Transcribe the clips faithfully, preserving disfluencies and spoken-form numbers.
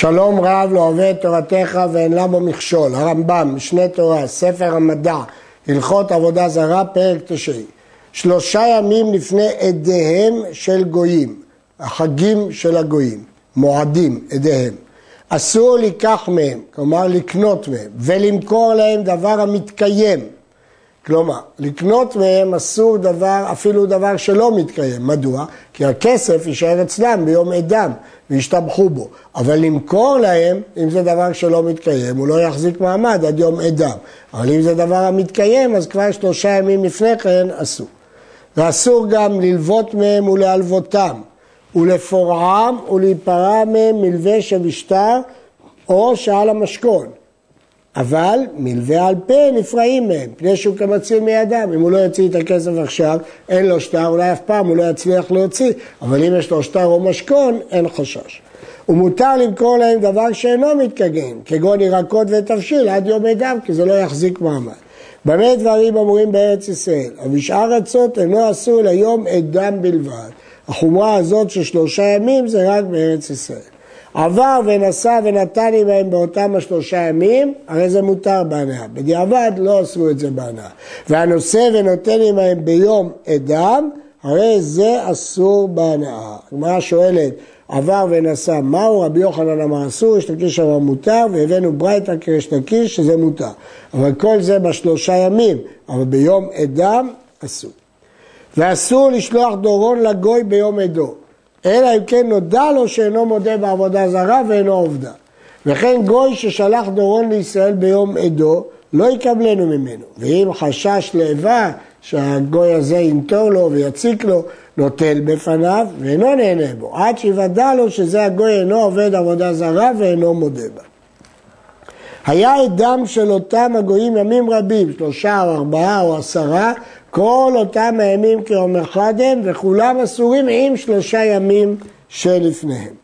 שלום רב לא אוהב את תורתך ואין לה בו מכשול. הרמב"ם, משנה תורה, ספר המדע, הלכות עבודה זרה, פרק תשעי. שלושה ימים לפני עדיהם של גויים, החגים של הגויים, מועדים, עדיהם. אסור לקח מהם, כלומר לקנות מהם, ולמכור להם דבר המתקיים. כלומר, לקנות מהם אסור דבר, אפילו דבר שלא מתקיים. מדוע? כי הכסף יישאר אצלם ביום עדם וישתבחו בו. אבל למכור להם, אם זה דבר שלא מתקיים, הוא לא יחזיק מעמד עד יום עדם. אבל אם זה דבר המתקיים, אז כבר שלושה ימים לפני כן אסור. ואסור גם ללוות מהם ולהלוותם, ולפורעם ולהיפרע מהם מלווה שבשטר או שעל המשכון. אבל מלווה על פה נפרעים מהם, פני שהוא כמציל מידם. אם הוא לא יוציא את הכסף עכשיו, אין לו שטר, אולי אף פעם הוא לא יצליח להוציא, אבל אם יש לו שטר או משכון, אין חשש. ומותר למכור להם דבר שאינו מתקיים, כגון ירקות ותבשיל עד יום עדם, כי זה לא יחזיק מעמד. במה דברים אמורים בארץ ישראל? אבל בשאר ארצות אינו אסור ליום עדם בלבד. החומרה הזאת של שלושה ימים זה רק בארץ ישראל. עבר ונסע ונתן עמהם באותם השלושה ימים, הרי זה מותר בהנאה. בדיעבד לא אסרו את זה בהנאה. והנושא ונותן עמהם ביום עדם, הרי זה אסור בהנאה. הגמרא שואלת, עבר ונסע, מהו? רבי יוחנן אמר אסור, יש לקיש אמר מותר, והבאנו ברייתא כריש לקיש שזה מותר. אבל כל זה בשלושה ימים, אבל ביום עדם אסור. ואסור לשלוח דורון לגוי ביום עדו. אלא אם כן נודע לו שאינו מודה בעבודה זרה ואינו עובדה. וכן גוי ששלח דורון לישראל ביום עדו, לא יקבלנו ממנו. ואם חשש לאיבה שהגוי הזה ינטור לו ויציק לו, נוטל בפניו ואינו נהנה בו. עד שיוודע לו שזה הגוי אינו עובד עבודה זרה ואינו מודה בה. היה עדם של אותם הגויים ימים רבים, שלושה או ארבעה או עשרה, כל אותם הימים כיום אחד הם, וכולם אסורים עם שלושה ימים שלפניהם.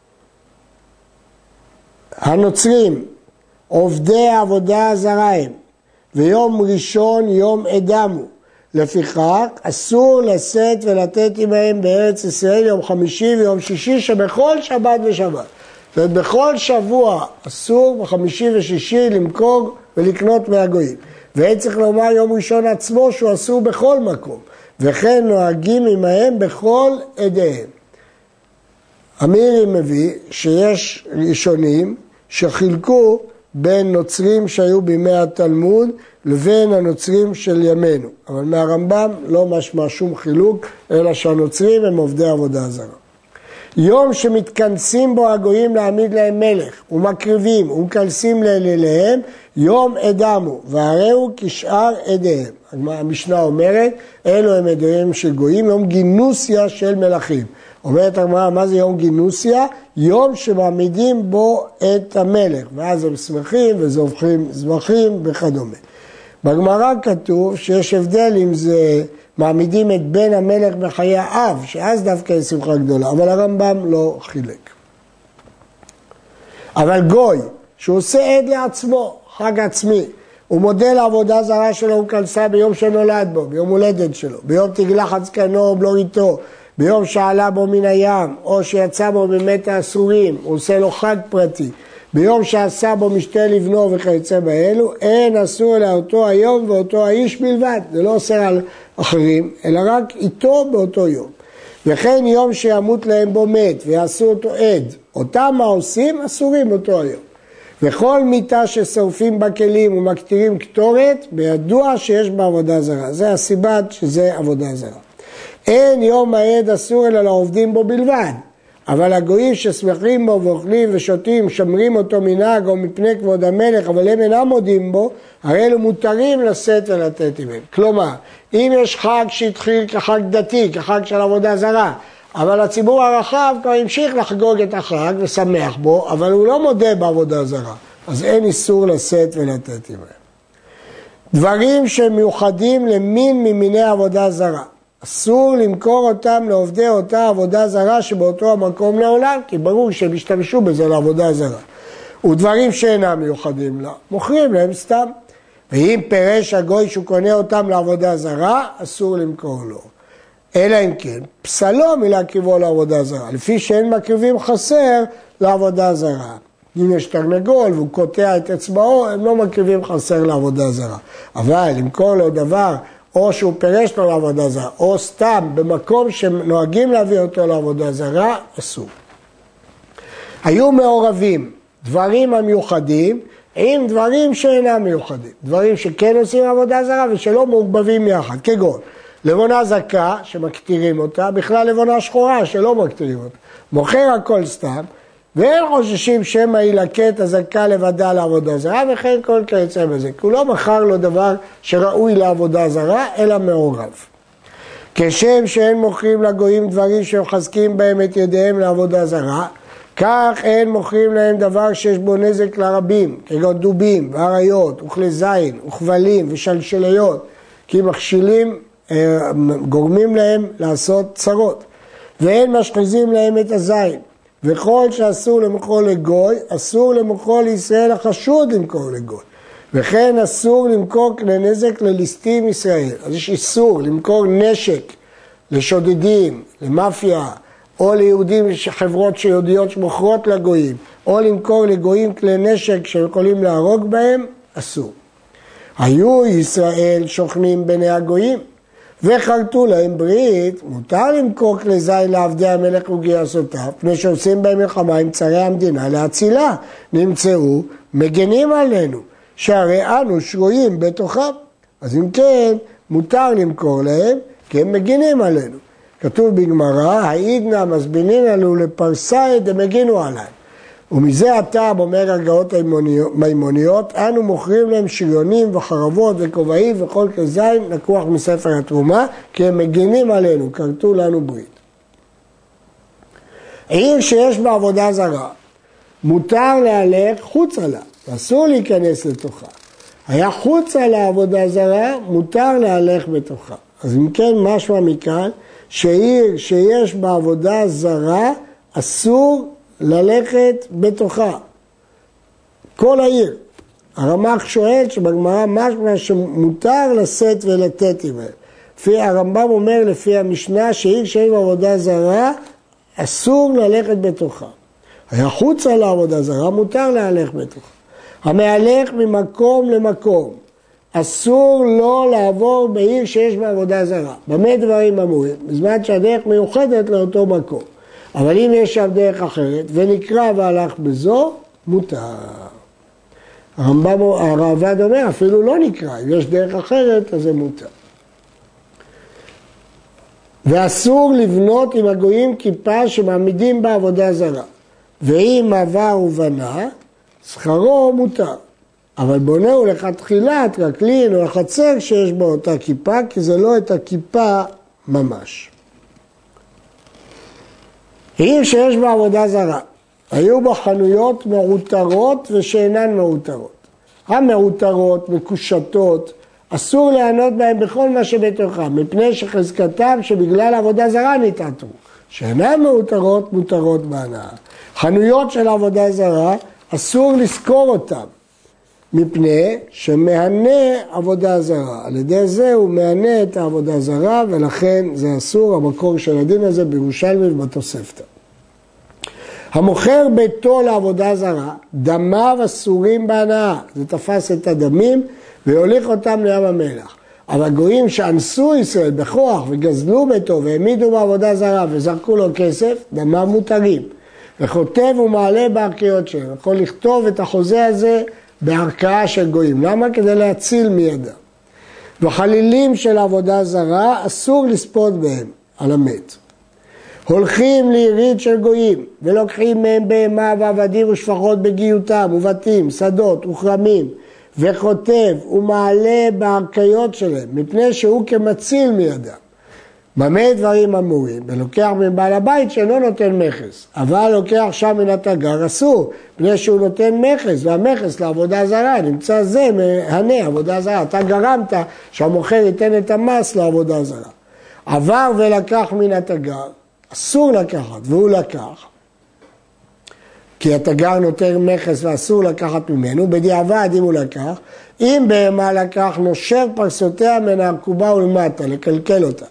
הנוצרים, עובדי עבודה זרה הם, ויום ראשון יום עדם הוא. לפיכך, אסור לשאת ולתת עמהם בארץ ישראל יום חמישי ויום שישי, שבכל שבת ושבת. זאת אומרת, בכל שבוע אסור בחמישי ושישי למכור ולקנות מהגויים. ואין צריך לומר יום ראשון עצמו שהוא אסור בכל מקום. וכן נוהגים עמהם בכל עדיהם. אמירי מביא שיש ראשונים שחילקו בין נוצרים שהיו בימי התלמוד לבין הנוצרים של ימינו. אבל מהרמב"ם לא משמע שום חילוק, אלא שהנוצרים הם עובדי עבודה זרה. יום שמתכנסים בו הגויים להעמיד להם מלך, ומקריבים ומקלסים לאליליהם, יום עדם הוא, והרי הוא כשאר עדיהם. המשנה אומרת, אלו הם עדיהם של גויים, יום גינוסיה של מלכים. אומרת הגמרא, מה זה יום גינוסיה? יום שמעמידים בו את המלך, ואז הם שמחים וזובחים זבחים וכדומה. בגמרא כתוב שיש הבדל אם זה מעמידים את בן המלך בחיי האב, שאז דווקא יש שמחה גדולה, אבל הרמב"ם לא חילק. אבל גוי, שהוא עושה עד לעצמו, חג עצמי, הוא מודה לעבודה זרה שלו, הוא קלסה ביום שנולד בו, ביום הולדת שלו, ביום תגלח עד זקנו או בלוריתו, ביום שעלה בו מן הים, או שיצא בו באמת האסורים, הוא עושה לו חג פרטי, ביום שעשה בו משתה לבנו וכיוצא באלו, אין אסור אלא אותו היום ואותו האיש בלבד. זה לא אוסר על אחרים, אלא רק איתו באותו יום. וכן יום שימות להם בו מת ויעשו אותו עד, אותם מה עושים? אסורים אותו היום. וכל מיטה ששורפים בכלים ומקטירים קטורת, בידוע שיש בה עבודה זרה. זה הסיבה שזה עבודה זרה. אין יום העד אסור אלא לעובדים בו בלבד. אבל הגויים ששמחים בו ואוכלים ושותים, שמרים אותו מנהג או מפני כבוד המלך, אבל הם אינם מודים בו, הרי אלו מותרים לשאת ולתת עמהם. כלומר, אם יש חג שהתחיל כחג דתי, כחג של עבודה זרה, אבל הציבור הרחב כבר המשיך לחגוג את החג ושמח בו, אבל הוא לא מודה בעבודה זרה, אז אין איסור לשאת ולתת עמהם. דברים שמיוחדים למין ממיני עבודה זרה. אסור למכור אותם לעובדי אותה עבודה זרה שבאותו המקום לעולם, כי ברור שהם השתמשו בזה לעבודה זרה. ודברים שאינם מיוחדים לה, מוכרים להם סתם. ואם פירש הגוי שהוא קונה אותם לעבודה זרה, אסור למכור לו. אלא אם כן, פסלו מלהקריבו לעבודה זרה, לפי שאין מקריבים חסר לעבודה זרה. אם יש תרנגול והוא קוטע את אצבעו, הם לא מקריבים חסר לעבודה זרה. אבל אם כל עוד דבר, או שהוא פירש לו לעבודה זרה, או סתם במקום שנוהגים להביא אותו לעבודה זרה, אסור. היו מעורבים דברים המיוחדים עם דברים שאינם מיוחדים. דברים שכן עושים עבודה זרה ושלא מעורבבים יחד, כגון לבונה זכה שמקטירים אותה, בכלל לבונה שחורה שלא מקטירים אותה. מוכר הכל סתם, ואין חוששים שמא ילקט הזכה לבדה לעבודה זרה, וכן כל כיוצא בזה. כי הוא לא מכר לו דבר שראוי לעבודה זרה, אלא מעורב. כשם שאין מוכרים לגויים דברים שמחזקים בהם את ידיהם לעבודה זרה, כך אין מוכרים להם דבר שיש בו נזק לרבים, כגון דובים, ואריות, וכלי זין, וכבלים ושלשליות, כי מכשילים, גורמים להם לעשות צרות. ואין משחיזים להם את הזין. וכל שאסור למכור לגוי, אסור למכור לישראל החשוד למכור לגוי. וכן אסור למכור כלי נזק לליסטים ישראל. אז יש איסור למכור נשק לשודדים, למאפיה, או ליהודים חברות שיהודיות שמוכרות לגויים, או למכור לגויים כלי נשק שיכולים להרוג בהם, אסור. היו ישראל שוכנים בני הגויים, וחרטו להם ברית, מותר למכור כלי זין לעבדי המלך וגייסותיו, פני שעושים בהם מלחמה עם צרי המדינה להצילה, נמצאו מגנים עלינו, שהרי אנו שרויים בתוכם. אז אם כן, מותר למכור להם, כי הם מגנים עלינו. כתוב בגמרא, העידנא מזבינין לנו לפרסאי דמגינו עליהם. ומזה הטעם, אומר הגאות המימוניות, אנו מוכרים להם שריונים וחרבות וכובעים וכל כלי זין לקוח מספר התרומה, כי הם מגינים עלינו, כרתו לנו ברית. עיר שיש בה עבודה זרה, מותר להלך חוצה לה, אסור להיכנס לתוכה. היה חוצה לעבודה זרה, מותר להלך בתוכה. אז אם כן, משמע מכאן, שעיר שיש בה עבודה זרה, אסור ללכת בתוכה. כל העיר. הרמ"ח שואל שבגמרא משמע שמותר לשאת ולתת עימהם. לפי הרמב"ם אומר לפי המשנה שעיר שיש בה עבודה זרה, אסור ללכת בתוכה. היה חוצה לעבודה זרה, מותר להלך בתוכה. המהלך ממקום למקום. אסור לא לעבור בעיר שיש בה עבודה זרה. במה דברים אמורים? בזמן שהדרך מיוחדת לאותו מקום. אבל אם יש שם דרך אחרת ונקרא והלך בזו, מותר. הרמב"ם, הרעב"ד אומר, אפילו לא נקרא, אם יש דרך אחרת, אז זה מותר. ואסור לבנות עם הגויים כיפה שמעמידים בה עבודה זרה. ואם עבר ובנה, שכרו מותר. אבל בונה הוא לכתחילה, טרקלין או החצר שיש בו אותה כיפה, כי זה לא את הכיפה ממש. עיר שיש בה עבודה זרה, היו בה חנויות מעוטרות ושאינן מעוטרות. המעוטרות, מקושטות, אסור לענות בהם בכל מה שבתוכם, מפני שחזקתם שבגלל עבודה זרה נתעטרו. שאינן מעוטרות, מותרות בהנאה. חנויות של עבודה זרה, אסור לזכור אותם, מפני שמהנה עבודה זרה. על ידי זה הוא מהנה את העבודה זרה, ולכן זה אסור, המקור של הדין הזה בירושלמי ובתוספתא. המוכר ביתו לעבודה זרה, דמיו אסורים בהנאה. זה תפס את הדמים והוליך אותם לים המלח. אבל גויים שאנסו ישראל בכוח וגזלו ביתו והעמידו בעבודה זרה וזרקו לו כסף, דמיו מותרים. וכותב ומעלה בערכיות שלו. יכול לכתוב את החוזה הזה בערכאה של גויים. למה? כדי להציל מידם. וחלילים של עבודה זרה אסור לספות בהם על המת. הולכים ליריד של גויים ולוקחים מהם בהמה ועבדים ושפחות בגיותם ובתים, שדות וכרמים, וכותב ומעלה בערכיות שלהם מפני שהוא כמציל מידם. במה דברים אמורים? ולוקח מבעל הבית שאינו נותן מכס, אבל לוקח שם מן התגר אסור, פני שהוא נותן מכס, והמכס לעבודה זרה, נמצא זה מהנה עבודה זרה. אתה גרמת שהמוכר ייתן את המס לעבודה זרה. עבר ולקח מן התגר, אסור לקחת, והוא לקח, כי התגר נותן מכס ואסור לקחת ממנו, בדיעבד אם הוא לקח, אם בהמה לקח נושר פרסותיה מן העקובה ולמטה, לקלקל אותה.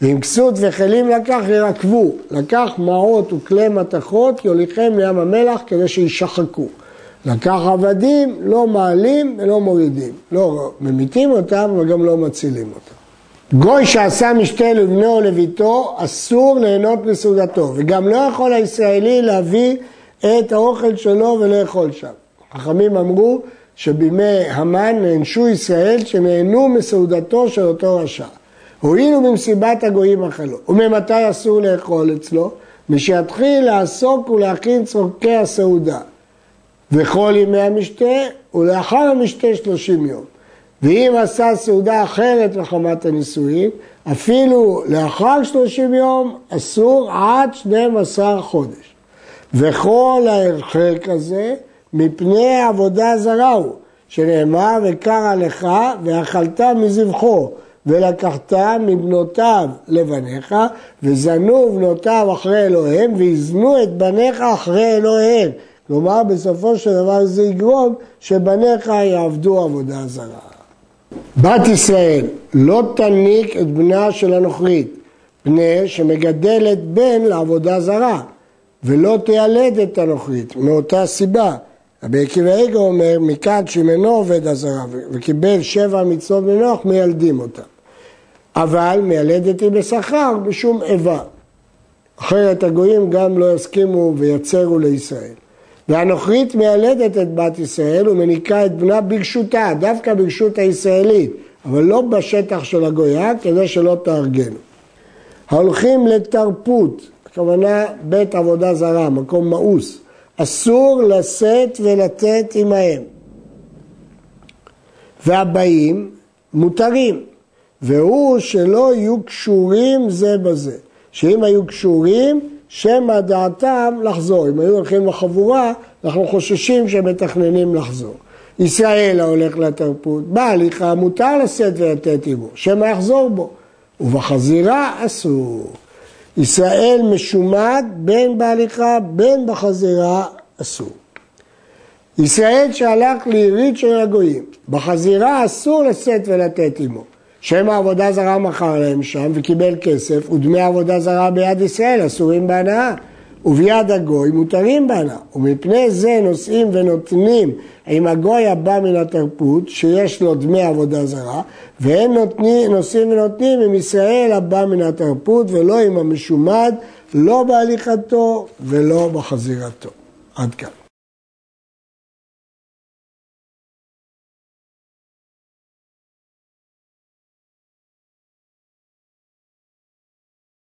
ואם כסות וכלים לקח ירקבו, לקח מעות וכלי מתכות יוליכם לים המלח כדי שישחקו. לקח עבדים, לא מעלים ולא מורידים, לא ממיתים אותם וגם לא מצילים אותם. גוי שעשה משתה לבנו או לביתו אסור ליהנות מסעודתו, וגם לא יכול הישראלי להביא את האוכל שלו ולאכול שם. חכמים אמרו שבימי המן נענשו ישראל שנהנו מסעודתו של אותו רשע. הועילו במסיבת הגויים אכלו. וממתי אסור לאכול אצלו? משיתחיל לעסוק ולהכין צורכי הסעודה. וכל ימי המשתה ולאחר המשתה שלושים יום. ואם עשה סעודה אחרת לחמת הנישואין, אפילו לאחר שלושים יום אסור עד שנים עשר חודש. וכל ההרחק הזה מפני עבודה זרה הוא, שנאמר וקרא לך ואכלת מזבחו, ולקחת מבנותיו לבניך, וזנו בנותיו אחרי אלוהיהם, ויזנו את בניך אחרי אלוהיהם. כלומר, בסופו של דבר זה יגרום שבניך יעבדו עבודה זרה. בת ישראל לא תניק את בנה של הנוכרית, פני שמגדלת בן לעבודה זרה, ולא תיילד את הנוכרית, מאותה סיבה. רבי עקיבא איגר אומר, מכאן שמנו עובד הזרה, וקיבל שבע מצוות מנוח, מיילדים אותה. אבל מיילדת היא בשכר בשום איבה. אחרת הגויים גם לא יסכימו ויצרו לישראל. והנוכרית מיילדת את בת ישראל ומניקה את בנה ברשותה, דווקא ברשות הישראלית, אבל לא בשטח של הגויה, כדי שלא תארגנו. ההולכים לתרפות, הכוונה בית עבודה זרה, מקום מאוס, אסור לשאת ולתת עמהם. והבאים מותרים, והוא שלא יהיו קשורים זה בזה. שאם היו קשורים, שמא דעתם לחזור. אם היו הולכים לחבורה, אנחנו חוששים שהם מתכננים לחזור. ישראל ההולך לתרפות, בהליכה מותר לשאת ולתת עמו, שמא יחזור בו. ובחזירה אסור. ישראל משומד בין בהליכה בין בחזירה אסור. ישראל שהלך ליריד של הגויים, בחזירה אסור לשאת ולתת עמו. שם העבודה זרה מכר להם שם וקיבל כסף, ודמי עבודה זרה ביד ישראל אסורים בהנאה, וביד הגוי מותרים בהנאה. ומפני זה נושאים ונותנים עם הגוי הבא מן התרפות, שיש לו דמי עבודה זרה, והם נותנים, נושאים ונותנים עם ישראל הבא מן התרפות, ולא עם המשומד, לא בהליכתו ולא בחזירתו. עד כאן.